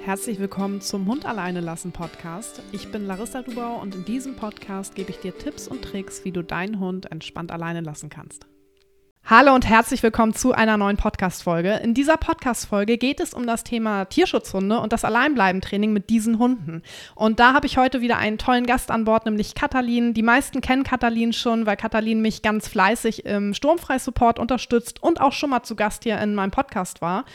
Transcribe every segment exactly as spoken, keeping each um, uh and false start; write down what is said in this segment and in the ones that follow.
Herzlich willkommen zum Hund alleine lassen Podcast. Ich bin Larissa Dubau und in diesem Podcast gebe ich dir Tipps und Tricks, wie du deinen Hund entspannt alleine lassen kannst. Hallo und herzlich willkommen zu einer neuen Podcast-Folge. In dieser Podcast-Folge geht es um das Thema Tierschutzhunde und das Alleinbleiben-Training mit diesen Hunden. Und da habe ich heute wieder einen tollen Gast an Bord, nämlich Katalin. Die meisten kennen Katalin schon, weil Katalin mich ganz fleißig im Sturmfrei-Support unterstützt und auch schon mal zu Gast hier in meinem Podcast war.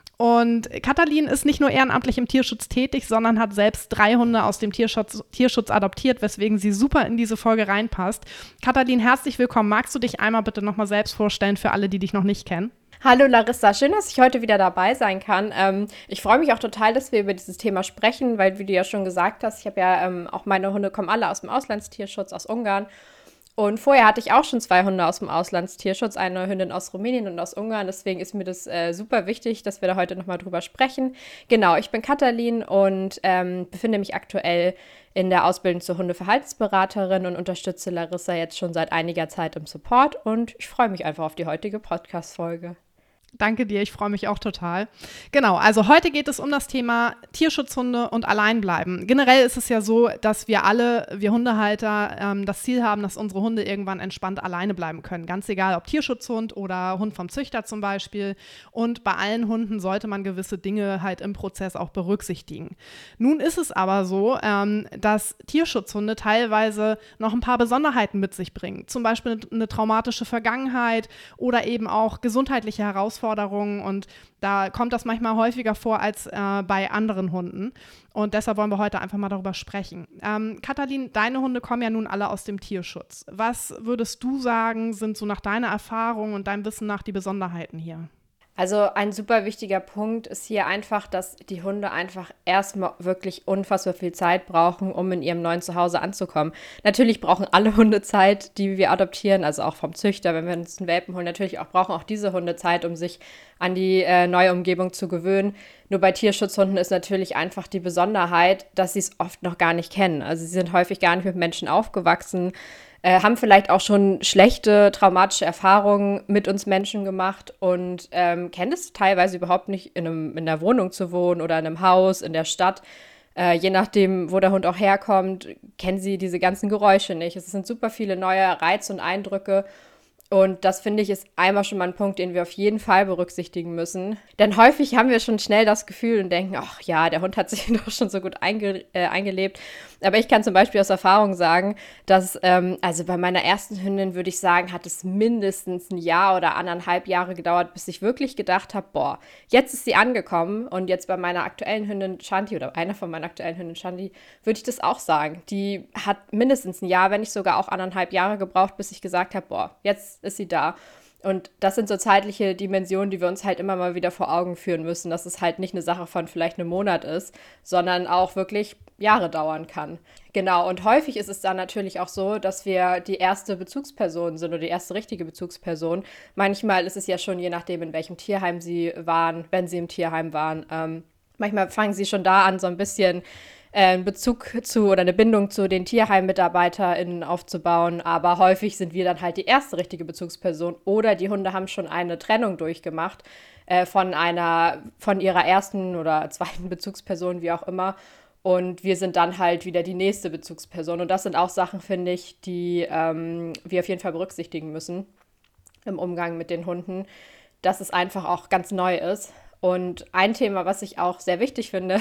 Und Katalin ist nicht nur ehrenamtlich im Tierschutz tätig, sondern hat selbst drei Hunde aus dem Tierschutz, Tierschutz adoptiert, weswegen sie super in diese Folge reinpasst. Katalin, herzlich willkommen. Magst du dich einmal bitte nochmal selbst vorstellen für alle, die dich noch nicht kennen? Hallo Larissa, schön, dass ich heute wieder dabei sein kann. Ähm, ich freue mich auch total, dass wir über dieses Thema sprechen, weil, wie du ja schon gesagt hast, ich habe ja ähm, auch meine Hunde kommen alle aus dem Auslandstierschutz, aus Ungarn. Und vorher hatte ich auch schon zwei Hunde aus dem Auslandstierschutz, eine Hündin aus Rumänien und aus Ungarn. Deswegen ist mir das äh, super wichtig, dass wir da heute nochmal drüber sprechen. Genau, ich bin Katalin und ähm, befinde mich aktuell in der Ausbildung zur Hundeverhaltensberaterin und unterstütze Larissa jetzt schon seit einiger Zeit im Support. Und ich freue mich einfach auf die heutige Podcast-Folge. Danke dir, ich freue mich auch total. Genau, also heute geht es um das Thema Tierschutzhunde und Alleinbleiben. Generell ist es ja so, dass wir alle, wir Hundehalter, ähm, das Ziel haben, dass unsere Hunde irgendwann entspannt alleine bleiben können. Ganz egal, ob Tierschutzhund oder Hund vom Züchter zum Beispiel. Und bei allen Hunden sollte man gewisse Dinge halt im Prozess auch berücksichtigen. Nun ist es aber so, ähm, dass Tierschutzhunde teilweise noch ein paar Besonderheiten mit sich bringen. Zum Beispiel eine traumatische Vergangenheit oder eben auch gesundheitliche Herausforderungen. Und da kommt das manchmal häufiger vor als äh, bei anderen Hunden. Und deshalb wollen wir heute einfach mal darüber sprechen. Ähm, Katalin, deine Hunde kommen ja nun alle aus dem Tierschutz. Was würdest du sagen, sind so nach deiner Erfahrung und deinem Wissen nach die Besonderheiten hier? Also ein super wichtiger Punkt ist hier einfach, dass die Hunde einfach erstmal wirklich unfassbar viel Zeit brauchen, um in ihrem neuen Zuhause anzukommen. Natürlich brauchen alle Hunde Zeit, die wir adoptieren, also auch vom Züchter, wenn wir uns einen Welpen holen, natürlich auch brauchen auch diese Hunde Zeit, um sich an die äh, neue Umgebung zu gewöhnen. Nur bei Tierschutzhunden ist natürlich einfach die Besonderheit, dass sie es oft noch gar nicht kennen. Also sie sind häufig gar nicht mit Menschen aufgewachsen, Äh, haben vielleicht auch schon schlechte, traumatische Erfahrungen mit uns Menschen gemacht und ähm, kennen es teilweise überhaupt nicht, in, einem, in einer Wohnung zu wohnen oder in einem Haus, in der Stadt. Äh, je nachdem, wo der Hund auch herkommt, kennen sie diese ganzen Geräusche nicht. Es sind super viele neue Reize und Eindrücke. Und das, finde ich, ist einmal schon mal ein Punkt, den wir auf jeden Fall berücksichtigen müssen. Denn häufig haben wir schon schnell das Gefühl und denken, ach ja, der Hund hat sich doch schon so gut einge- äh, eingelebt. Aber ich kann zum Beispiel aus Erfahrung sagen, dass, ähm, also bei meiner ersten Hündin würde ich sagen, hat es mindestens ein Jahr oder anderthalb Jahre gedauert, bis ich wirklich gedacht habe, boah, jetzt ist sie angekommen. Und jetzt bei meiner aktuellen Hündin Shanti oder einer von meinen aktuellen Hündin Shanti, würde ich das auch sagen. Die hat mindestens ein Jahr, wenn nicht sogar auch anderthalb Jahre gebraucht, bis ich gesagt habe, boah, jetzt ist sie da. Und das sind so zeitliche Dimensionen, die wir uns halt immer mal wieder vor Augen führen müssen, dass es halt nicht eine Sache von vielleicht einem Monat ist, sondern auch wirklich Jahre dauern kann. Genau, und häufig ist es dann natürlich auch so, dass wir die erste Bezugsperson sind oder die erste richtige Bezugsperson. Manchmal ist es ja schon, je nachdem, in welchem Tierheim sie waren, wenn sie im Tierheim waren. Ähm, manchmal fangen sie schon da an, so ein bisschen einen Bezug zu oder eine Bindung zu den TierheimmitarbeiterInnen aufzubauen, aber häufig sind wir dann halt die erste richtige Bezugsperson oder die Hunde haben schon eine Trennung durchgemacht äh, von einer, von ihrer ersten oder zweiten Bezugsperson, wie auch immer, und wir sind dann halt wieder die nächste Bezugsperson und das sind auch Sachen, finde ich, die ähm, wir auf jeden Fall berücksichtigen müssen im Umgang mit den Hunden, dass es einfach auch ganz neu ist. Und ein Thema, was ich auch sehr wichtig finde,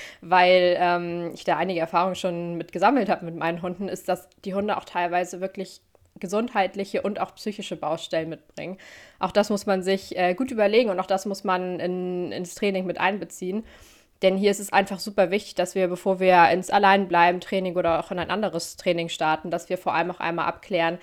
weil ähm, ich da einige Erfahrungen schon mit gesammelt habe mit meinen Hunden, ist, dass die Hunde auch teilweise wirklich gesundheitliche und auch psychische Baustellen mitbringen. Auch das muss man sich äh, gut überlegen und auch das muss man in, ins Training mit einbeziehen. Denn hier ist es einfach super wichtig, dass wir, bevor wir ins Alleinbleiben-Training oder auch in ein anderes Training starten, dass wir vor allem auch einmal abklären,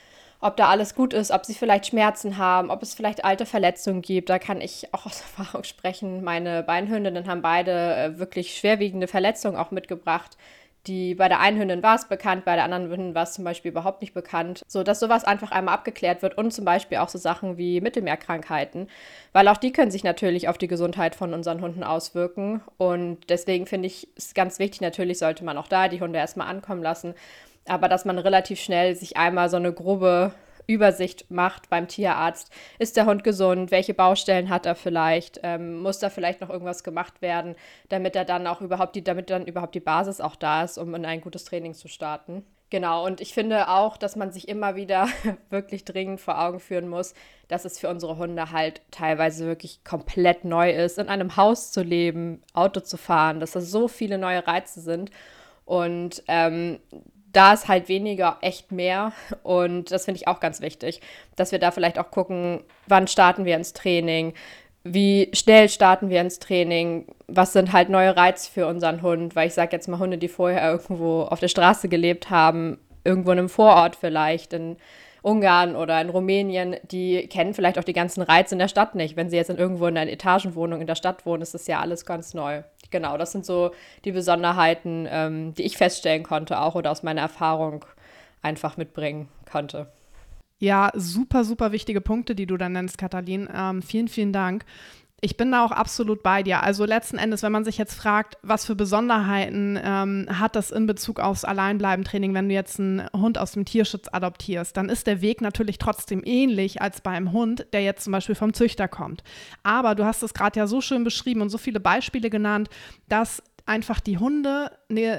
ob da alles gut ist, ob sie vielleicht Schmerzen haben, ob es vielleicht alte Verletzungen gibt. Da kann ich auch aus Erfahrung sprechen. Meine beiden Hündinnen haben beide äh, wirklich schwerwiegende Verletzungen auch mitgebracht. Die, bei der einen Hündin war es bekannt, bei der anderen Hündin war es zum Beispiel überhaupt nicht bekannt. So, dass sowas einfach einmal abgeklärt wird und zum Beispiel auch so Sachen wie Mittelmeerkrankheiten, weil auch die können sich natürlich auf die Gesundheit von unseren Hunden auswirken. Und deswegen finde ich es ganz wichtig, natürlich sollte man auch da die Hunde erstmal ankommen lassen, aber dass man relativ schnell sich einmal so eine grobe Übersicht macht beim Tierarzt. Ist der Hund gesund? Welche Baustellen hat er vielleicht? Ähm, muss da vielleicht noch irgendwas gemacht werden, damit er dann auch überhaupt die, damit dann überhaupt die Basis auch da ist, um in ein gutes Training zu starten? Genau, und ich finde auch, dass man sich immer wieder wirklich dringend vor Augen führen muss, dass es für unsere Hunde halt teilweise wirklich komplett neu ist, in einem Haus zu leben, Auto zu fahren, dass da so viele neue Reize sind. Und ähm, da ist halt weniger echt mehr. Und das finde ich auch ganz wichtig, dass wir da vielleicht auch gucken, wann starten wir ins Training, wie schnell starten wir ins Training, was sind halt neue Reize für unseren Hund, weil ich sage jetzt mal Hunde, die vorher irgendwo auf der Straße gelebt haben, irgendwo in einem Vorort vielleicht, in Ungarn oder in Rumänien, die kennen vielleicht auch die ganzen Reize in der Stadt nicht. Wenn sie jetzt in irgendwo in einer Etagenwohnung in der Stadt wohnen, ist das ja alles ganz neu. Genau, das sind so die Besonderheiten, ähm, die ich feststellen konnte auch oder aus meiner Erfahrung einfach mitbringen konnte. Ja, super, super wichtige Punkte, die du da nennst, Katalin. Ähm, vielen, vielen Dank. Ich bin da auch absolut bei dir. Also letzten Endes, wenn man sich jetzt fragt, was für Besonderheiten ähm, hat das in Bezug aufs Alleinbleiben-Training, wenn du jetzt einen Hund aus dem Tierschutz adoptierst, dann ist der Weg natürlich trotzdem ähnlich als bei einem Hund, der jetzt zum Beispiel vom Züchter kommt. Aber du hast es gerade ja so schön beschrieben und so viele Beispiele genannt, dass einfach die Hunde eine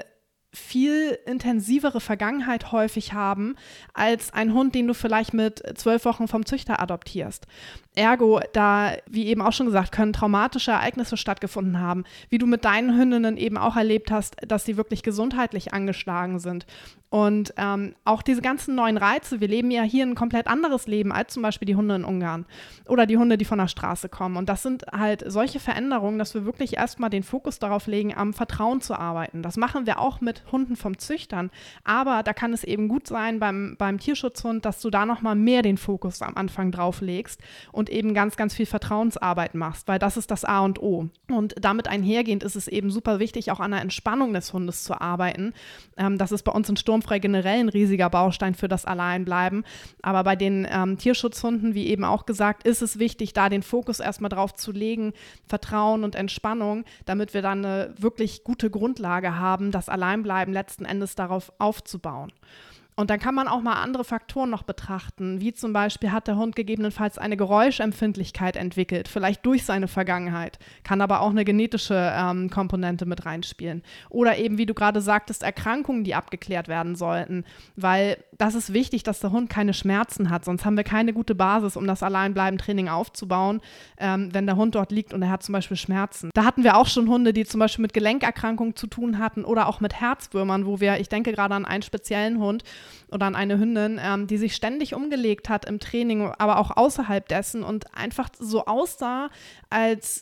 viel intensivere Vergangenheit häufig haben als ein Hund, den du vielleicht mit zwölf Wochen vom Züchter adoptierst. Ergo, da, wie eben auch schon gesagt, können traumatische Ereignisse stattgefunden haben, wie du mit deinen Hündinnen eben auch erlebt hast, dass sie wirklich gesundheitlich angeschlagen sind. Und ähm, auch diese ganzen neuen Reize, wir leben ja hier ein komplett anderes Leben als zum Beispiel die Hunde in Ungarn oder die Hunde, die von der Straße kommen. Und das sind halt solche Veränderungen, dass wir wirklich erstmal den Fokus darauf legen, am Vertrauen zu arbeiten. Das machen wir auch mit Hunden vom Züchtern, aber da kann es eben gut sein beim, beim Tierschutzhund, dass du da nochmal mehr den Fokus am Anfang drauf legst und eben ganz, ganz viel Vertrauensarbeit machst, weil das ist das A und O. Und damit einhergehend ist es eben super wichtig, auch an der Entspannung des Hundes zu arbeiten. Ähm, das ist bei uns in Sturmfrei generell ein riesiger Baustein für das Alleinbleiben, aber bei den ähm, Tierschutzhunden, wie eben auch gesagt, ist es wichtig, da den Fokus erstmal drauf zu legen, Vertrauen und Entspannung, damit wir dann eine wirklich gute Grundlage haben, das Alleinbleiben letzten Endes darauf aufzubauen. Und dann kann man auch mal andere Faktoren noch betrachten, wie zum Beispiel hat der Hund gegebenenfalls eine Geräuschempfindlichkeit entwickelt, vielleicht durch seine Vergangenheit, kann aber auch eine genetische ähm, Komponente mit reinspielen. Oder eben, wie du gerade sagtest, Erkrankungen, die abgeklärt werden sollten, weil das ist wichtig, dass der Hund keine Schmerzen hat, sonst haben wir keine gute Basis, um das Alleinbleiben-Training aufzubauen, ähm, wenn der Hund dort liegt und er hat zum Beispiel Schmerzen. Da hatten wir auch schon Hunde, die zum Beispiel mit Gelenkerkrankungen zu tun hatten oder auch mit Herzwürmern, wo wir, ich denke gerade an einen speziellen Hund, oder an eine Hündin, ähm, die sich ständig umgelegt hat im Training, aber auch außerhalb dessen und einfach so aussah, als,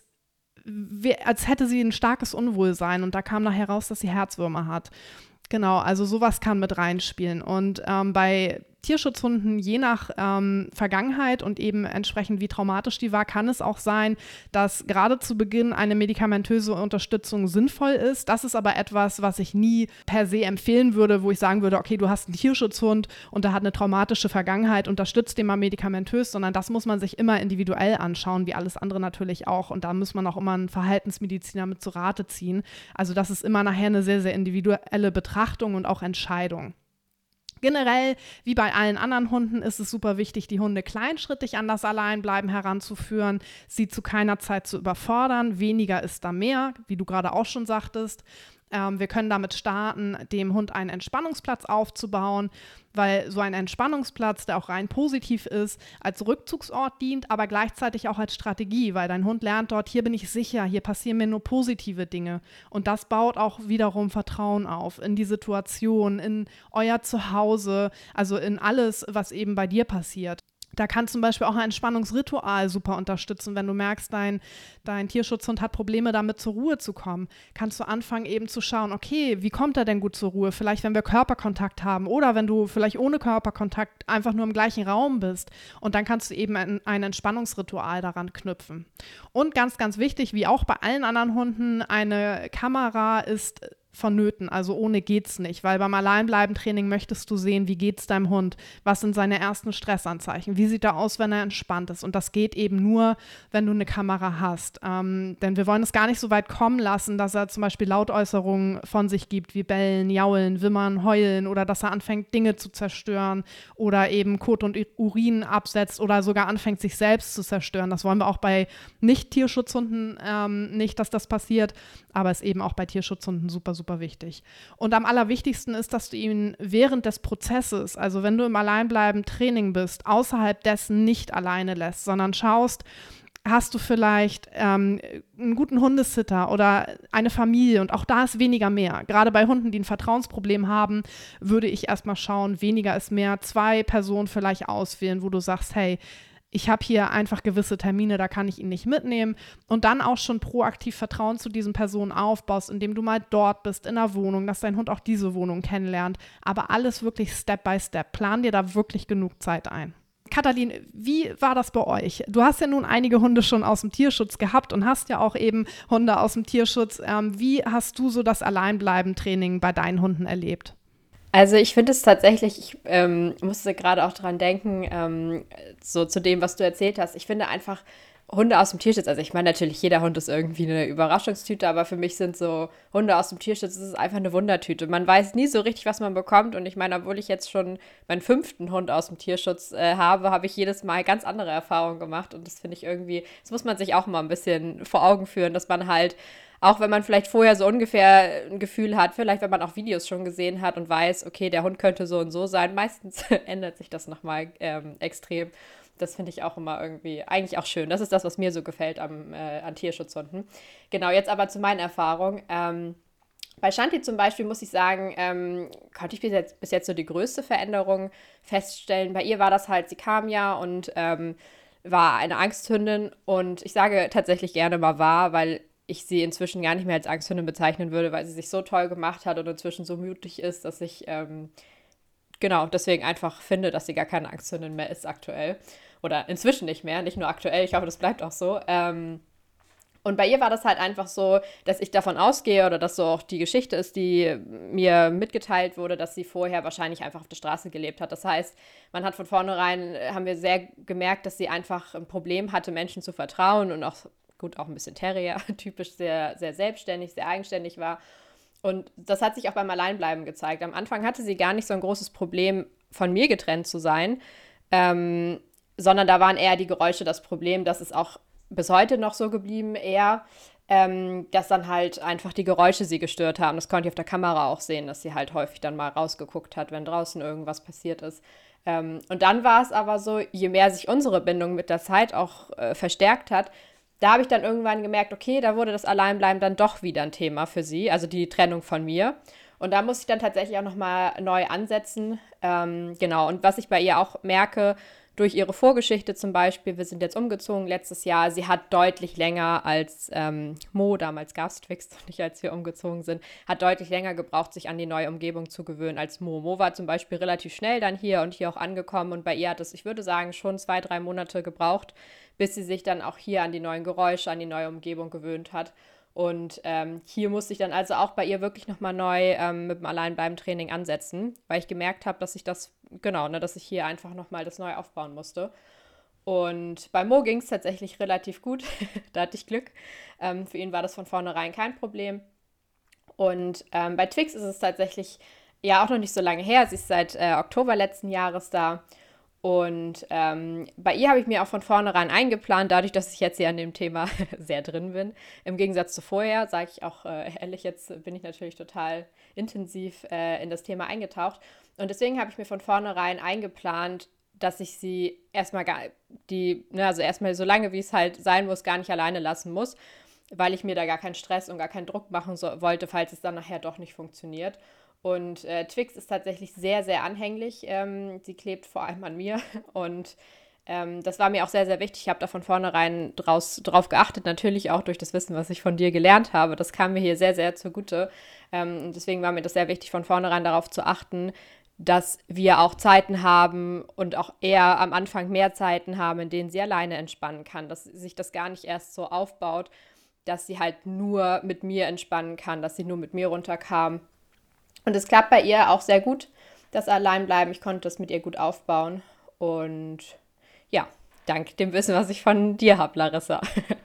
als hätte sie ein starkes Unwohlsein. Und da kam nachher raus, dass sie Herzwürmer hat. Genau, also sowas kann mit reinspielen. Und ähm, bei Tierschutzhunden, je nach ähm, Vergangenheit und eben entsprechend wie traumatisch die war, kann es auch sein, dass gerade zu Beginn eine medikamentöse Unterstützung sinnvoll ist. Das ist aber etwas, was ich nie per se empfehlen würde, wo ich sagen würde, okay, du hast einen Tierschutzhund und der hat eine traumatische Vergangenheit, unterstützt den mal medikamentös, sondern das muss man sich immer individuell anschauen, wie alles andere natürlich auch. Und da muss man auch immer einen Verhaltensmediziner mit zu Rate ziehen. Also das ist immer nachher eine sehr, sehr individuelle Betrachtung und auch Entscheidung. Generell, wie bei allen anderen Hunden, ist es super wichtig, die Hunde kleinschrittig an das Alleinbleiben heranzuführen, sie zu keiner Zeit zu überfordern. Weniger ist da mehr, wie du gerade auch schon sagtest. Ähm, wir können damit starten, dem Hund einen Entspannungsplatz aufzubauen, weil so ein Entspannungsplatz, der auch rein positiv ist, als Rückzugsort dient, aber gleichzeitig auch als Strategie, weil dein Hund lernt dort, hier bin ich sicher, hier passieren mir nur positive Dinge. Und das baut auch wiederum Vertrauen auf in die Situation, in euer Zuhause, also in alles, was eben bei dir passiert. Da kann zum Beispiel auch ein Entspannungsritual super unterstützen, wenn du merkst, dein, dein Tierschutzhund hat Probleme damit zur Ruhe zu kommen. Kannst du anfangen eben zu schauen, okay, wie kommt er denn gut zur Ruhe? Vielleicht, wenn wir Körperkontakt haben oder wenn du vielleicht ohne Körperkontakt einfach nur im gleichen Raum bist. Und dann kannst du eben ein, ein Entspannungsritual daran knüpfen. Und ganz, ganz wichtig, wie auch bei allen anderen Hunden, eine Kamera ist vonnöten, also ohne geht's nicht, weil beim Alleinbleiben-Training möchtest du sehen, wie geht's deinem Hund, was sind seine ersten Stressanzeichen, wie sieht er aus, wenn er entspannt ist, und das geht eben nur, wenn du eine Kamera hast, ähm, denn wir wollen es gar nicht so weit kommen lassen, dass er zum Beispiel Lautäußerungen von sich gibt, wie bellen, jaulen, wimmern, heulen, oder dass er anfängt, Dinge zu zerstören oder eben Kot und Urin absetzt oder sogar anfängt, sich selbst zu zerstören. Das wollen wir auch bei Nicht-Tierschutzhunden ähm, nicht, dass das passiert, aber ist eben auch bei Tierschutzhunden super, super wichtig. Und am allerwichtigsten ist, dass du ihn während des Prozesses, also wenn du im Alleinbleiben-Training bist, außerhalb dessen nicht alleine lässt, sondern schaust, hast du vielleicht ähm, einen guten Hundesitter oder eine Familie, und auch da ist weniger mehr. Gerade bei Hunden, die ein Vertrauensproblem haben, würde ich erstmal schauen, weniger ist mehr, zwei Personen vielleicht auswählen, wo du sagst, hey, ich habe hier einfach gewisse Termine, da kann ich ihn nicht mitnehmen, und dann auch schon proaktiv Vertrauen zu diesen Personen aufbaust, indem du mal dort bist, in der Wohnung, dass dein Hund auch diese Wohnung kennenlernt, aber alles wirklich Step by Step. Plan dir da wirklich genug Zeit ein. Katalin, wie war das bei euch? Du hast ja nun einige Hunde schon aus dem Tierschutz gehabt und hast ja auch eben Hunde aus dem Tierschutz. Ähm, wie hast du so das Alleinbleiben-Training bei deinen Hunden erlebt? Also ich finde es tatsächlich, ich ähm, musste gerade auch dran denken, ähm, so zu dem, was du erzählt hast. Ich finde einfach Hunde aus dem Tierschutz, also ich meine natürlich, jeder Hund ist irgendwie eine Überraschungstüte, aber für mich sind so Hunde aus dem Tierschutz, das ist einfach eine Wundertüte. Man weiß nie so richtig, was man bekommt, und ich meine, obwohl ich jetzt schon meinen fünften Hund aus dem Tierschutz äh, habe, habe ich jedes Mal ganz andere Erfahrungen gemacht, und das finde ich irgendwie, das muss man sich auch mal ein bisschen vor Augen führen, dass man halt, auch wenn man vielleicht vorher so ungefähr ein Gefühl hat, vielleicht wenn man auch Videos schon gesehen hat und weiß, okay, der Hund könnte so und so sein, meistens ändert sich das nochmal ähm, extrem. Das finde ich auch immer irgendwie, eigentlich auch schön. Das ist das, was mir so gefällt am, äh, an Tierschutzhunden. Genau, jetzt aber zu meinen Erfahrungen. Ähm, bei Shanti zum Beispiel muss ich sagen, ähm, konnte ich bis jetzt, bis jetzt so die größte Veränderung feststellen. Bei ihr war das halt, sie kam ja und ähm, war eine Angsthündin, und ich sage tatsächlich gerne mal war, weil ich sie inzwischen gar nicht mehr als Angsthündin bezeichnen würde, weil sie sich so toll gemacht hat und inzwischen so mutig ist, dass ich ähm, genau deswegen einfach finde, dass sie gar keine Angsthündin mehr ist aktuell. Oder inzwischen nicht mehr, nicht nur aktuell. Ich hoffe, das bleibt auch so. Ähm, und bei ihr war das halt einfach so, dass ich davon ausgehe, oder dass so auch die Geschichte ist, die mir mitgeteilt wurde, dass sie vorher wahrscheinlich einfach auf der Straße gelebt hat. Das heißt, man hat von vornherein, haben wir sehr gemerkt, dass sie einfach ein Problem hatte, Menschen zu vertrauen, und auch, gut, auch ein bisschen Terrier, typisch sehr, sehr selbstständig, sehr eigenständig war. Und das hat sich auch beim Alleinbleiben gezeigt. Am Anfang hatte sie gar nicht so ein großes Problem, von mir getrennt zu sein, ähm, sondern da waren eher die Geräusche das Problem. Das ist auch bis heute noch so geblieben, eher, ähm, dass dann halt einfach die Geräusche sie gestört haben. Das konnte ich auf der Kamera auch sehen, dass sie halt häufig dann mal rausgeguckt hat, wenn draußen irgendwas passiert ist. Ähm, und dann war es aber so, je mehr sich unsere Bindung mit der Zeit auch äh, verstärkt hat, da habe ich dann irgendwann gemerkt, okay, da wurde das Alleinbleiben dann doch wieder ein Thema für sie, also die Trennung von mir. Und da muss ich dann tatsächlich auch nochmal neu ansetzen. Ähm, genau, und was ich bei ihr auch merke, durch ihre Vorgeschichte zum Beispiel, wir sind jetzt umgezogen letztes Jahr, sie hat deutlich länger als ähm, Mo, damals gab es Twix, nicht als wir umgezogen sind, hat deutlich länger gebraucht, sich an die neue Umgebung zu gewöhnen als Mo. Mo war zum Beispiel relativ schnell dann hier und hier auch angekommen, und bei ihr hat es, ich würde sagen, schon zwei, drei Monate gebraucht, bis sie sich dann auch hier an die neuen Geräusche, an die neue Umgebung gewöhnt hat. Und ähm, hier musste ich dann also auch bei ihr wirklich nochmal neu ähm, mit dem Alleinbleiben-Training ansetzen, weil ich gemerkt habe, dass ich das, genau, ne, dass ich hier einfach nochmal das neu aufbauen musste. Und bei Mo ging es tatsächlich relativ gut, da hatte ich Glück. Ähm, für ihn war das von vornherein kein Problem. Und ähm, bei Twix ist es tatsächlich ja auch noch nicht so lange her, sie ist seit äh, Oktober letzten Jahres da. Und ähm, bei ihr habe ich mir auch von vornherein eingeplant, dadurch, dass ich jetzt hier an dem Thema sehr drin bin. Im Gegensatz zu vorher, sage ich auch äh, ehrlich, jetzt bin ich natürlich total intensiv äh, in das Thema eingetaucht. Und deswegen habe ich mir von vornherein eingeplant, dass ich sie erstmal gar, die, ne, also erstmal so lange, wie es halt sein muss, gar nicht alleine lassen muss, weil ich mir da gar keinen Stress und gar keinen Druck machen so, wollte, falls es dann nachher doch nicht funktioniert. Und äh, Twix ist tatsächlich sehr, sehr anhänglich. Ähm, sie klebt vor allem an mir, und ähm, das war mir auch sehr, sehr wichtig. Ich habe da von vornherein draus, drauf geachtet, natürlich auch durch das Wissen, was ich von dir gelernt habe. Das kam mir hier sehr, sehr zugute. Ähm, deswegen war mir das sehr wichtig, von vornherein darauf zu achten, dass wir auch Zeiten haben und auch eher am Anfang mehr Zeiten haben, in denen sie alleine entspannen kann, dass sich das gar nicht erst so aufbaut, dass sie halt nur mit mir entspannen kann, dass sie nur mit mir runterkam. Und es klappt bei ihr auch sehr gut, das Alleinbleiben. Ich konnte das mit ihr gut aufbauen. Und ja, dank dem Wissen, was ich von dir habe, Larissa.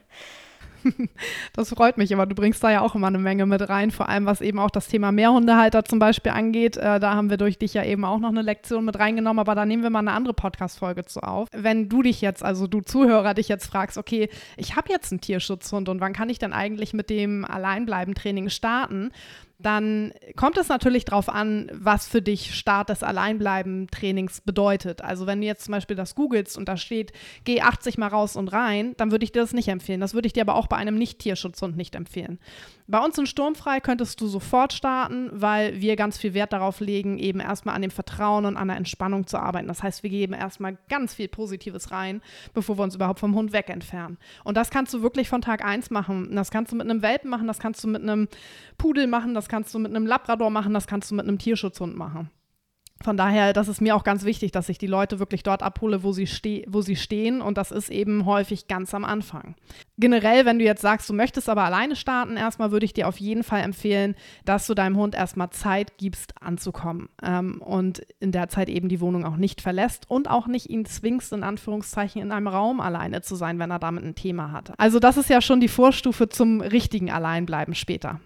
Das freut mich immer. Du bringst da ja auch immer eine Menge mit rein, vor allem was eben auch das Thema Mehrhundehalter zum Beispiel angeht. Äh, da haben wir durch dich ja eben auch noch eine Lektion mit reingenommen, aber da nehmen wir mal eine andere Podcast-Folge zu auf. Wenn du dich jetzt, also du Zuhörer, dich jetzt fragst, okay, ich habe jetzt einen Tierschutzhund und wann kann ich denn eigentlich mit dem Alleinbleiben-Training starten? Dann kommt es natürlich darauf an, was für dich Start des Alleinbleiben-Trainings bedeutet. Also wenn du jetzt zum Beispiel das googelst und da steht, geh achtzig Mal raus und rein, dann würde ich dir das nicht empfehlen. Das würde ich dir aber auch bei einem Nicht-Tierschutzhund nicht empfehlen. Bei uns in Sturmfrei könntest du sofort starten, weil wir ganz viel Wert darauf legen, eben erstmal an dem Vertrauen und an der Entspannung zu arbeiten. Das heißt, wir geben erstmal ganz viel Positives rein, bevor wir uns überhaupt vom Hund weg entfernen. Und das kannst du wirklich von Tag eins machen. Das kannst du mit einem Welpen machen, das kannst du mit einem Pudel machen, das kannst du mit einem Labrador machen, das kannst du mit einem Tierschutzhund machen. Von daher, das ist mir auch ganz wichtig, dass ich die Leute wirklich dort abhole, wo sie, ste- wo sie stehen, und das ist eben häufig ganz am Anfang. Generell, wenn du jetzt sagst, du möchtest aber alleine starten, erstmal würde ich dir auf jeden Fall empfehlen, dass du deinem Hund erstmal Zeit gibst, anzukommen, ähm, und in der Zeit eben die Wohnung auch nicht verlässt und auch nicht ihn zwingst, in Anführungszeichen, in einem Raum alleine zu sein, wenn er damit ein Thema hat. Also das ist ja schon die Vorstufe zum richtigen Alleinbleiben später.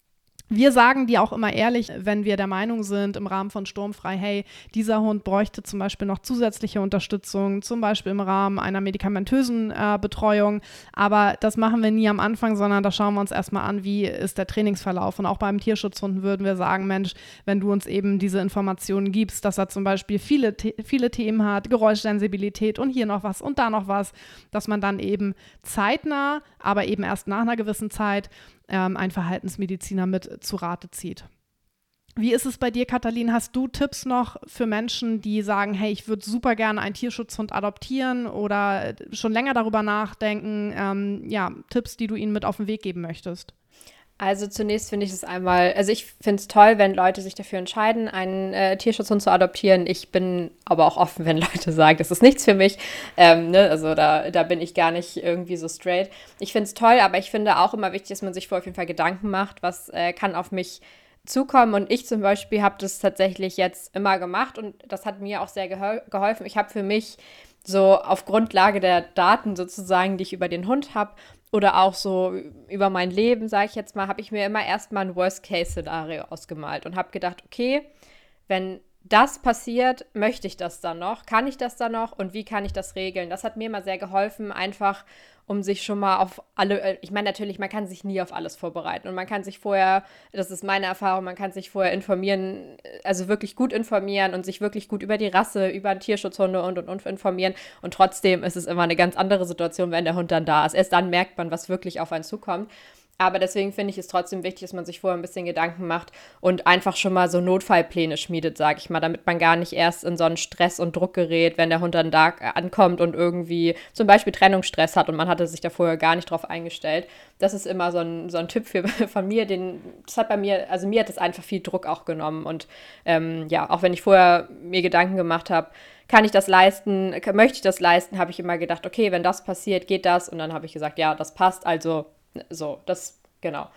Wir sagen dir auch immer ehrlich, wenn wir der Meinung sind im Rahmen von Sturmfrei, hey, dieser Hund bräuchte zum Beispiel noch zusätzliche Unterstützung, zum Beispiel im Rahmen einer medikamentösen äh, Betreuung. Aber das machen wir nie am Anfang, sondern da schauen wir uns erstmal an, wie ist der Trainingsverlauf. Und auch beim Tierschutzhunden würden wir sagen, Mensch, wenn du uns eben diese Informationen gibst, dass er zum Beispiel viele, viele Themen hat, Geräuschsensibilität und hier noch was und da noch was, dass man dann eben zeitnah, aber eben erst nach einer gewissen Zeit ähm, einen Verhaltensmediziner mit zu Rate zieht. Wie ist es bei dir, Katalin? Hast du Tipps noch für Menschen, die sagen, hey, ich würde super gerne einen Tierschutzhund adoptieren oder schon länger darüber nachdenken? Ähm, ja, Tipps, die du ihnen mit auf den Weg geben möchtest? Also zunächst finde ich es einmal, also ich finde es toll, wenn Leute sich dafür entscheiden, einen äh, Tierschutzhund zu adoptieren. Ich bin aber auch offen, wenn Leute sagen, das ist nichts für mich. Ähm, ne? Also da, da bin ich gar nicht irgendwie so straight. Ich finde es toll, aber ich finde auch immer wichtig, dass man sich vorher auf jeden Fall Gedanken macht, was äh, kann auf mich zukommen. Und ich zum Beispiel habe das tatsächlich jetzt immer gemacht und das hat mir auch sehr gehol- geholfen. Ich habe für mich so auf Grundlage der Daten sozusagen, die ich über den Hund habe, oder auch so über mein Leben, sage ich jetzt mal, habe ich mir immer erstmal ein Worst-Case-Szenario ausgemalt und habe gedacht, okay, wenn das passiert, möchte ich das dann noch? Kann ich das dann noch? Und wie kann ich das regeln? Das hat mir immer sehr geholfen, einfach um sich schon mal auf alle, ich meine natürlich, man kann sich nie auf alles vorbereiten und man kann sich vorher, das ist meine Erfahrung, man kann sich vorher informieren, also wirklich gut informieren und sich wirklich gut über die Rasse, über Tierschutzhunde und und und informieren, und trotzdem ist es immer eine ganz andere Situation, wenn der Hund dann da ist. Erst dann merkt man, was wirklich auf einen zukommt. Aber deswegen finde ich es trotzdem wichtig, dass man sich vorher ein bisschen Gedanken macht und einfach schon mal so Notfallpläne schmiedet, sage ich mal, damit man gar nicht erst in so einen Stress und Druck gerät, wenn der Hund dann da ankommt und irgendwie zum Beispiel Trennungsstress hat und man hatte sich da vorher gar nicht drauf eingestellt. Das ist immer so ein, so ein Tipp für, von mir, den, das hat bei mir, also mir hat das einfach viel Druck auch genommen und ähm, ja, auch wenn ich vorher mir Gedanken gemacht habe, kann ich das leisten, möchte ich das leisten, habe ich immer gedacht, okay, wenn das passiert, geht das, und dann habe ich gesagt, ja, das passt, also so, das, genau.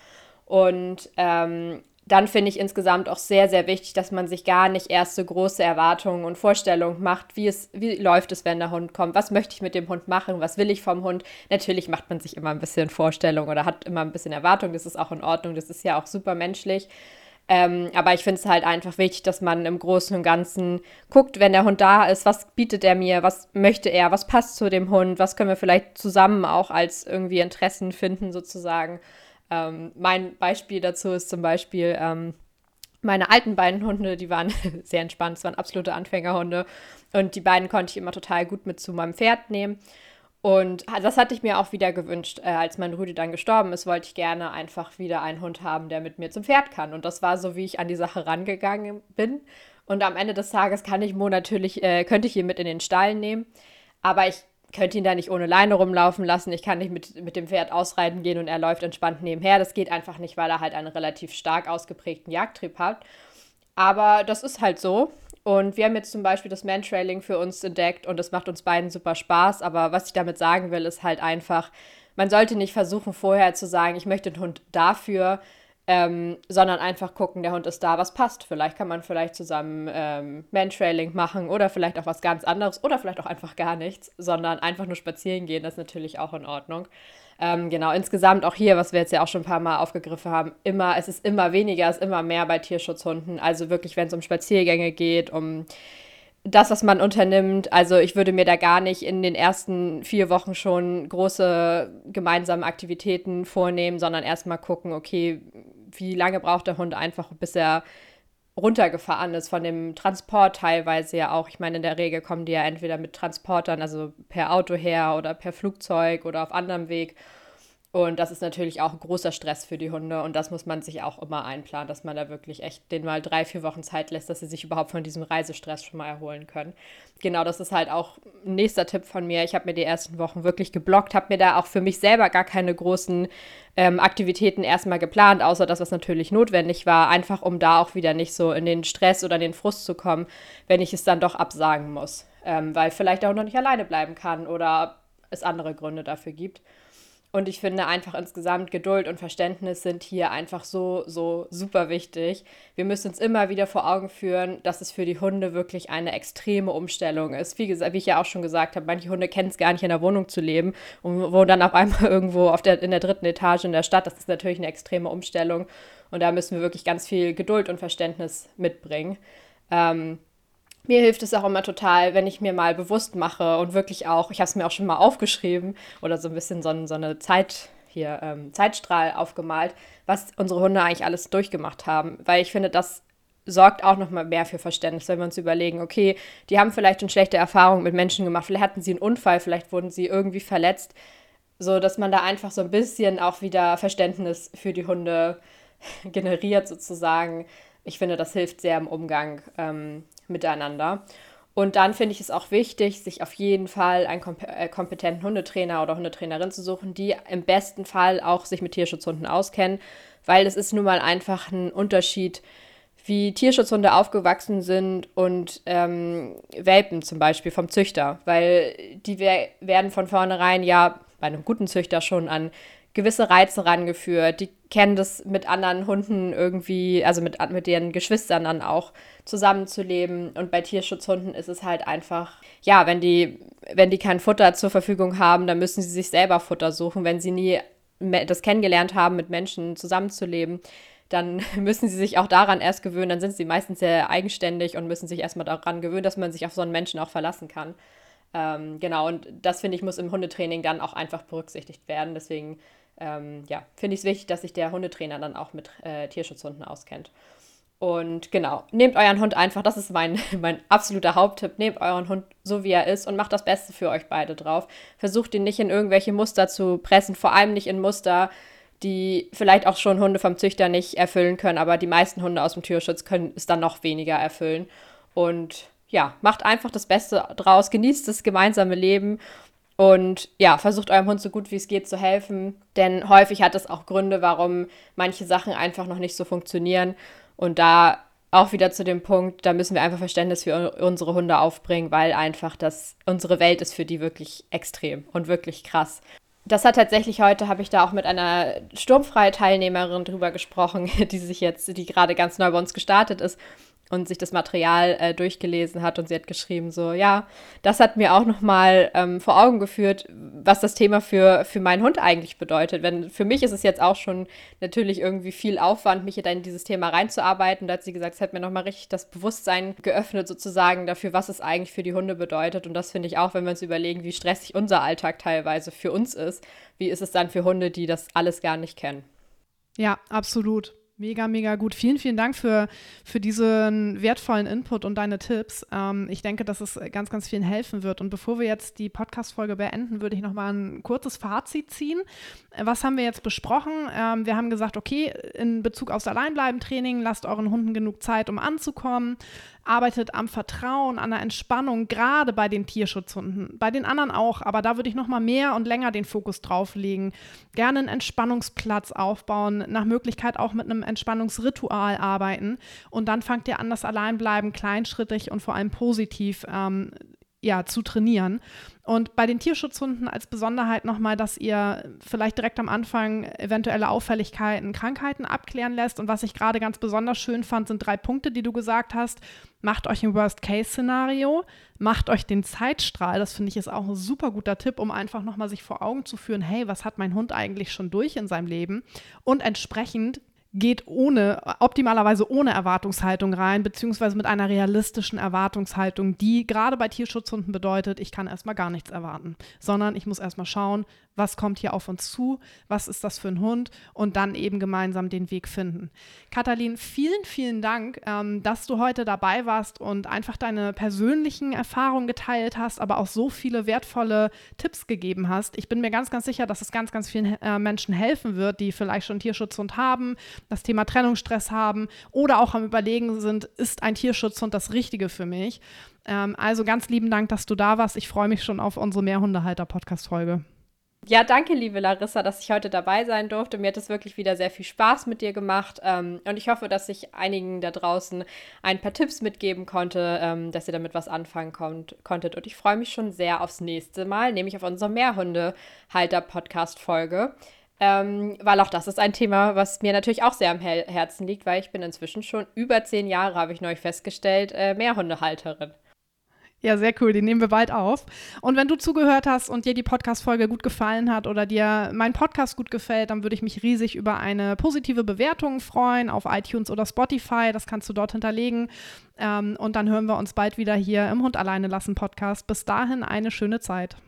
Und ähm, dann finde ich insgesamt auch sehr, sehr wichtig, dass man sich gar nicht erst so große Erwartungen und Vorstellungen macht, wie es, wie läuft es, wenn der Hund kommt, was möchte ich mit dem Hund machen, was will ich vom Hund. Natürlich macht man sich immer ein bisschen Vorstellung oder hat immer ein bisschen Erwartung, das ist auch in Ordnung, das ist ja auch super menschlich. Ähm, aber ich finde es halt einfach wichtig, dass man im Großen und Ganzen guckt, wenn der Hund da ist, was bietet er mir, was möchte er, was passt zu dem Hund, was können wir vielleicht zusammen auch als irgendwie Interessen finden sozusagen. Ähm, mein Beispiel dazu ist zum Beispiel ähm, meine alten beiden Hunde, die waren sehr entspannt, es waren absolute Anfängerhunde und die beiden konnte ich immer total gut mit zu meinem Pferd nehmen. Und das hatte ich mir auch wieder gewünscht. Äh, als mein Rüdi dann gestorben ist, wollte ich gerne einfach wieder einen Hund haben, der mit mir zum Pferd kann. Und das war so, wie ich an die Sache rangegangen bin. Und am Ende des Tages kann ich Mo natürlich, äh, könnte ich ihn mit in den Stall nehmen. Aber ich könnte ihn da nicht ohne Leine rumlaufen lassen. Ich kann nicht mit, mit dem Pferd ausreiten gehen und er läuft entspannt nebenher. Das geht einfach nicht, weil er halt einen relativ stark ausgeprägten Jagdtrieb hat. Aber das ist halt so. Und wir haben jetzt zum Beispiel das Mantrailing für uns entdeckt und das macht uns beiden super Spaß. Aber was ich damit sagen will, ist halt einfach, man sollte nicht versuchen, vorher zu sagen, ich möchte einen Hund dafür, ähm, sondern einfach gucken, der Hund ist da, was passt. Vielleicht kann man vielleicht zusammen ähm, Mantrailing machen oder vielleicht auch was ganz anderes oder vielleicht auch einfach gar nichts, sondern einfach nur spazieren gehen, das ist natürlich auch in Ordnung. Ähm, genau, insgesamt auch hier, was wir jetzt ja auch schon ein paar Mal aufgegriffen haben, immer, es ist immer weniger, es ist immer mehr bei Tierschutzhunden. Also wirklich, wenn es um Spaziergänge geht, um das, was man unternimmt. Also ich würde mir da gar nicht in den ersten vier Wochen schon große gemeinsame Aktivitäten vornehmen, sondern erstmal gucken, okay, wie lange braucht der Hund einfach, bis er runtergefahren ist von dem Transport teilweise ja auch. Ich meine, in der Regel kommen die ja entweder mit Transportern, also per Auto her oder per Flugzeug oder auf anderem Weg. Und das ist natürlich auch ein großer Stress für die Hunde und das muss man sich auch immer einplanen, dass man da wirklich echt denen mal drei, vier Wochen Zeit lässt, dass sie sich überhaupt von diesem Reisestress schon mal erholen können. Genau, das ist halt auch ein nächster Tipp von mir. Ich habe mir die ersten Wochen wirklich geblockt, habe mir da auch für mich selber gar keine großen ähm, Aktivitäten erstmal geplant, außer das, was natürlich notwendig war, einfach um da auch wieder nicht so in den Stress oder in den Frust zu kommen, wenn ich es dann doch absagen muss, ähm, weil vielleicht auch noch nicht alleine bleiben kann oder es andere Gründe dafür gibt. Und ich finde einfach insgesamt Geduld und Verständnis sind hier einfach so, so super wichtig. Wir müssen uns immer wieder vor Augen führen, dass es für die Hunde wirklich eine extreme Umstellung ist. Wie gesagt, wie ich ja auch schon gesagt habe, manche Hunde kennen es gar nicht, in der Wohnung zu leben und wohnen dann auf einmal irgendwo auf der, in der dritten Etage in der Stadt. Das ist natürlich eine extreme Umstellung und da müssen wir wirklich ganz viel Geduld und Verständnis mitbringen. Ähm, Mir hilft es auch immer total, wenn ich mir mal bewusst mache und wirklich auch, ich habe es mir auch schon mal aufgeschrieben oder so ein bisschen so, so eine Zeit hier, ähm, Zeitstrahl aufgemalt, was unsere Hunde eigentlich alles durchgemacht haben. Weil ich finde, das sorgt auch nochmal mehr für Verständnis, wenn wir uns überlegen, okay, die haben vielleicht schon schlechte Erfahrungen mit Menschen gemacht, vielleicht hatten sie einen Unfall, vielleicht wurden sie irgendwie verletzt, so dass man da einfach so ein bisschen auch wieder Verständnis für die Hunde generiert sozusagen. Ich finde, das hilft sehr im Umgang ähm, miteinander. Und dann finde ich es auch wichtig, sich auf jeden Fall einen komp- äh, kompetenten Hundetrainer oder Hundetrainerin zu suchen, die im besten Fall auch sich mit Tierschutzhunden auskennen, weil es ist nun mal einfach ein Unterschied, wie Tierschutzhunde aufgewachsen sind und ähm, Welpen zum Beispiel vom Züchter, weil die we- werden von vornherein ja bei einem guten Züchter schon an gewisse Reize rangeführt. Die kennen das mit anderen Hunden irgendwie, also mit, mit ihren Geschwistern dann auch zusammenzuleben. Und bei Tierschutzhunden ist es halt einfach, ja, wenn die, wenn die kein Futter zur Verfügung haben, dann müssen sie sich selber Futter suchen. Wenn sie nie das kennengelernt haben, mit Menschen zusammenzuleben, dann müssen sie sich auch daran erst gewöhnen. Dann sind sie meistens sehr eigenständig und müssen sich erstmal daran gewöhnen, dass man sich auf so einen Menschen auch verlassen kann. Ähm, genau, und das, finde ich, muss im Hundetraining dann auch einfach berücksichtigt werden. Deswegen ähm, ja, finde ich es wichtig, dass sich der Hundetrainer dann auch mit äh, Tierschutzhunden auskennt. Und genau, nehmt euren Hund einfach, das ist mein, mein absoluter Haupttipp, nehmt euren Hund so, wie er ist und macht das Beste für euch beide drauf. Versucht ihn nicht in irgendwelche Muster zu pressen, vor allem nicht in Muster, die vielleicht auch schon Hunde vom Züchter nicht erfüllen können, aber die meisten Hunde aus dem Tierschutz können es dann noch weniger erfüllen. Und ja, macht einfach das Beste draus, genießt das gemeinsame Leben und ja, versucht eurem Hund so gut wie es geht zu helfen, denn häufig hat es auch Gründe, warum manche Sachen einfach noch nicht so funktionieren und da auch wieder zu dem Punkt, da müssen wir einfach Verständnis für unsere Hunde aufbringen, weil einfach das, unsere Welt ist für die wirklich extrem und wirklich krass. Das hat tatsächlich heute, habe ich da auch mit einer sturmfreie Teilnehmerin drüber gesprochen, die sich jetzt, die gerade ganz neu bei uns gestartet ist und sich das Material äh, durchgelesen hat und sie hat geschrieben so, ja, das hat mir auch nochmal ähm, vor Augen geführt, was das Thema für, für meinen Hund eigentlich bedeutet. Wenn, für mich ist es jetzt auch schon natürlich irgendwie viel Aufwand, mich da in dieses Thema reinzuarbeiten. Da hat sie gesagt, es hat mir nochmal richtig das Bewusstsein geöffnet sozusagen dafür, was es eigentlich für die Hunde bedeutet. Und das finde ich auch, wenn wir uns überlegen, wie stressig unser Alltag teilweise für uns ist, wie ist es dann für Hunde, die das alles gar nicht kennen. Ja, absolut. Mega, mega gut. Vielen, vielen Dank für, für diesen wertvollen Input und deine Tipps. Ähm, ich denke, dass es ganz, ganz vielen helfen wird. Und bevor wir jetzt die Podcast-Folge beenden, würde ich noch mal ein kurzes Fazit ziehen. Was haben wir jetzt besprochen? Ähm, wir haben gesagt, okay, in Bezug aufs Alleinbleiben-Training, lasst euren Hunden genug Zeit, um anzukommen. Arbeitet am Vertrauen, an der Entspannung, gerade bei den Tierschutzhunden. Bei den anderen auch, aber da würde ich noch mal mehr und länger den Fokus drauf legen. Gerne einen Entspannungsplatz aufbauen, nach Möglichkeit auch mit einem Entspannungsritual arbeiten und dann fangt ihr an, das Alleinbleiben kleinschrittig und vor allem positiv ähm, ja, zu trainieren. Und bei den Tierschutzhunden als Besonderheit nochmal, dass ihr vielleicht direkt am Anfang eventuelle Auffälligkeiten, Krankheiten abklären lässt. Und was ich gerade ganz besonders schön fand, sind drei Punkte, die du gesagt hast. Macht euch ein Worst-Case-Szenario, macht euch den Zeitstrahl. Das finde ich ist auch ein super guter Tipp, um einfach nochmal sich vor Augen zu führen, hey, was hat mein Hund eigentlich schon durch in seinem Leben? Und entsprechend geht ohne, optimalerweise ohne Erwartungshaltung rein, beziehungsweise mit einer realistischen Erwartungshaltung, die gerade bei Tierschutzhunden bedeutet, ich kann erstmal gar nichts erwarten, sondern ich muss erstmal schauen, was kommt hier auf uns zu, was ist das für ein Hund und dann eben gemeinsam den Weg finden. Katalin, vielen, vielen Dank, ähm, dass du heute dabei warst und einfach deine persönlichen Erfahrungen geteilt hast, aber auch so viele wertvolle Tipps gegeben hast. Ich bin mir ganz, ganz sicher, dass es ganz, ganz vielen äh, Menschen helfen wird, die vielleicht schon einen Tierschutzhund haben, das Thema Trennungsstress haben oder auch am Überlegen sind, ist ein Tierschutzhund das Richtige für mich? Ähm, also ganz lieben Dank, dass du da warst. Ich freue mich schon auf unsere Mehrhundehalter-Podcast-Folge. Ja, danke, liebe Larissa, dass ich heute dabei sein durfte. Mir hat es wirklich wieder sehr viel Spaß mit dir gemacht. Ähm, und ich hoffe, dass ich einigen da draußen ein paar Tipps mitgeben konnte, ähm, dass ihr damit was anfangen konnt, konntet. Und ich freue mich schon sehr aufs nächste Mal, nämlich auf unsere Mehrhundehalter-Podcast-Folge. Ähm, weil auch das ist ein Thema, was mir natürlich auch sehr am Her- Herzen liegt, weil ich bin inzwischen schon über zehn Jahre, habe ich neu festgestellt, äh, Mehrhundehalterin. Ja, sehr cool, die nehmen wir bald auf. Und wenn du zugehört hast und dir die Podcast-Folge gut gefallen hat oder dir mein Podcast gut gefällt, dann würde ich mich riesig über eine positive Bewertung freuen auf iTunes oder Spotify. Das kannst du dort hinterlegen. Ähm, und dann hören wir uns bald wieder hier im Hund alleine lassen Podcast. Bis dahin eine schöne Zeit.